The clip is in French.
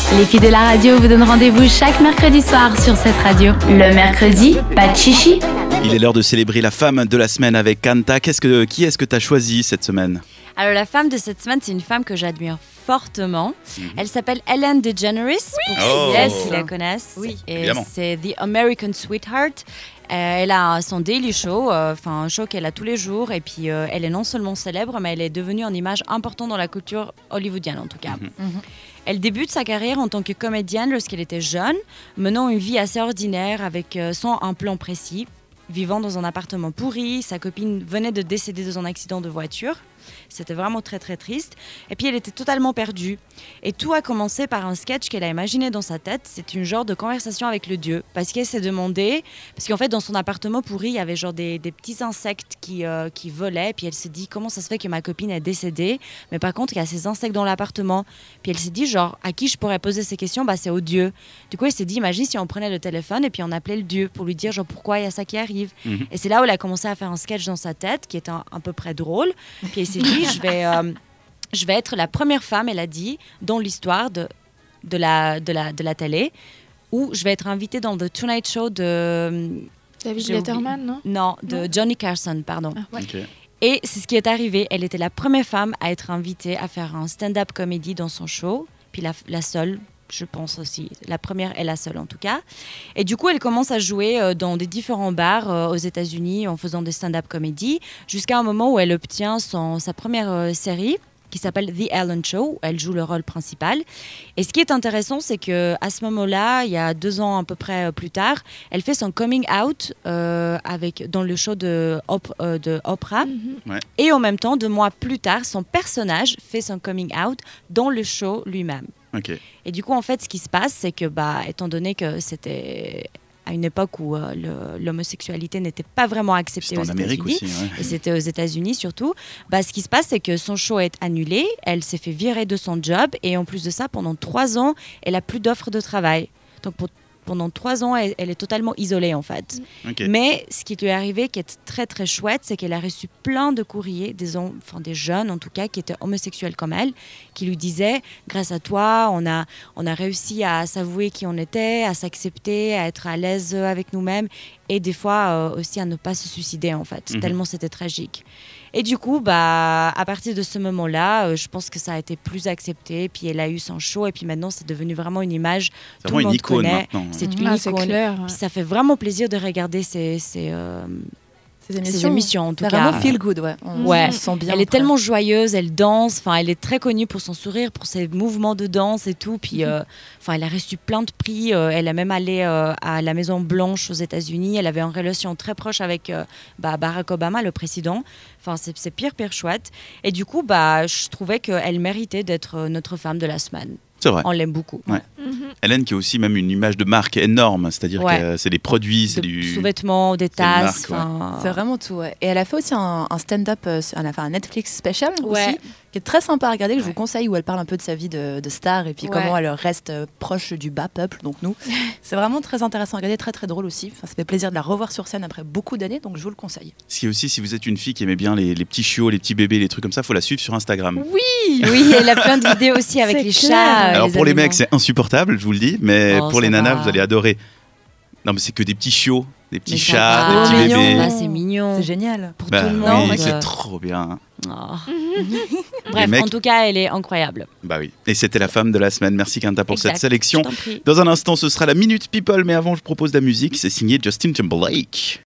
Les filles de la radio vous donnent rendez-vous chaque mercredi soir sur cette radio. Le mercredi, pas de chichi. Il est l'heure de célébrer la femme de la semaine avec Kanta. Qui est-ce que tu as choisi cette semaine ? Alors la femme de cette semaine, c'est une femme que j'admire fortement. Elle s'appelle Ellen DeGeneres, pour ceux qui la connaissent. Oui, et évidemment. c'est The American Sweetheart. Elle a son daily show, un show qu'elle a tous les jours. Et puis elle est non seulement célèbre, mais elle est devenue une image importante dans la culture hollywoodienne en tout cas. Elle débute sa carrière en tant que comédienne lorsqu'elle était jeune, menant une vie assez ordinaire sans un plan précis. Vivant dans un appartement pourri, sa copine venait de décéder dans un accident de voiture. C'était vraiment très très triste. Et puis elle était totalement perdue. Et tout a commencé par un sketch qu'elle a imaginé dans sa tête. C'est une genre de conversation avec le dieu. Parce qu'elle s'est demandé, parce qu'en fait dans son appartement pourri, il y avait genre des petits insectes qui volaient. Puis elle s'est dit, comment ça se fait que ma copine est décédée, mais par contre il y a ces insectes dans l'appartement. Puis elle s'est dit, genre, à qui je pourrais poser ces questions ? C'est au dieu. Du coup elle s'est dit, imagine si on prenait le téléphone et puis on appelait le dieu pour lui dire genre pourquoi il y a ça qui arrive. Et c'est là où elle a commencé à faire un sketch dans sa tête qui était à peu près drôle. Puis elle s'est dit, je vais être la première femme, elle a dit, dans l'histoire de la télé, où je vais être invitée dans The Tonight Show de... David Letterman, non ? Non, de Johnny Carson, pardon. Ah, ouais. Okay. Et c'est ce qui est arrivé. Elle était la première femme à être invitée à faire un stand-up comédie dans son show, puis la seule, je pense aussi. La première et la seule en tout cas. Et du coup, elle commence à jouer dans des différents bars aux États-Unis en faisant des stand-up comédies jusqu'à un moment où elle obtient sa première série qui s'appelle The Ellen Show, où elle joue le rôle principal. Et ce qui est intéressant, c'est qu'à ce moment-là, il y a 2 ans à peu près plus tard, elle fait son coming out dans le show de Oprah. Ouais. Et en même temps, 2 mois plus tard, son personnage fait son coming out dans le show lui-même. Okay. Et du coup, en fait, ce qui se passe, c'est que, étant donné que c'était à une époque où l'homosexualité n'était pas vraiment acceptée aux États-Unis, aussi, ouais. et c'était aux États-Unis surtout, ce qui se passe, c'est que son show est annulé, elle s'est fait virer de son job, et en plus de ça, pendant 3 ans, elle n'a plus d'offres de travail. Donc, pendant 3 ans, elle est totalement isolée, en fait. Okay. Mais ce qui lui est arrivé, qui est très, très chouette, c'est qu'elle a reçu plein de courriers, des jeunes, en tout cas, qui étaient homosexuels comme elle, qui lui disaient, grâce à toi, on a réussi à s'avouer qui on était, à s'accepter, à être à l'aise avec nous-mêmes, et des fois aussi à ne pas se suicider, en fait, tellement c'était tragique. Et du coup, à partir de ce moment-là, je pense que ça a été plus accepté. Puis elle a eu son show. Et puis maintenant, c'est devenu vraiment une image. C'est tout le vraiment monde une icône connaît. maintenant. C'est une C'est icône. clair. Puis ça fait vraiment plaisir de regarder ces émissions, en tout c'est cas. vraiment feel good, ouais. On se sent bien. Elle est tellement joyeuse, elle danse. Elle est très connue pour son sourire, pour ses mouvements de danse et tout. Puis, elle a reçu plein de prix. Elle est même allée à la Maison Blanche aux États-Unis. Elle avait une relation très proche avec Barack Obama, le président. C'est pire chouette. Et du coup, je trouvais qu'elle méritait d'être notre femme de la semaine. C'est vrai. On l'aime beaucoup. Ouais. Hélène qui a aussi même une image de marque énorme, c'est-à-dire que c'est des produits, c'est du sous-vêtements, des tasses. C'est vraiment tout. Ouais. Et elle a fait aussi un stand-up, elle a fait un Netflix special aussi, qui est très sympa à regarder, que je vous conseille, où elle parle un peu de sa vie de star et puis comment elle reste proche du bas peuple, donc nous. C'est vraiment très intéressant à regarder, très très drôle aussi. Ça fait plaisir de la revoir sur scène après beaucoup d'années, donc je vous le conseille. Si vous êtes une fille qui aimait bien les petits chiots, les petits bébés, les trucs comme ça, il faut la suivre sur Instagram. Oui, elle a plein de vidéos aussi avec les chats. Alors pour les mecs, c'est insupportable, je vous le dis, mais pour les nanas, va. vous allez adorer. Non, mais c'est que des petits chiots, des petits chats, des des petits bébés. C'est mignon. C'est génial. Pour tout le monde. Oui, c'est trop bien. Bref, mecs... en tout cas, elle est incroyable. Bah oui. Et c'était la femme de la semaine. Merci Kanta pour cette sélection. Je t'en prie. Dans un instant, ce sera la Minute People, mais avant, je propose de la musique. C'est signé Justin Timberlake.